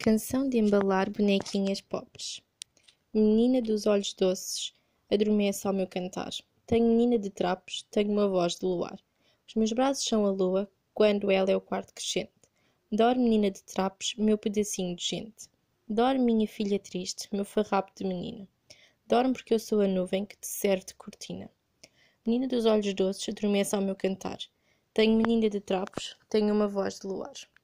Canção de embalar bonequinhas pobres. Menina dos olhos doces, adormece ao meu cantar. Tenho menina de trapos, tenho uma voz de luar. Os meus braços são a lua, quando ela é o quarto crescente. Dorme, menina de trapos, meu pedacinho de gente. Dorme, minha filha triste, meu farrapo de menina. Dorme porque eu sou a nuvem que te serve de cortina. Menina dos olhos doces, adormece ao meu cantar. Tenho menina de trapos, tenho uma voz de luar.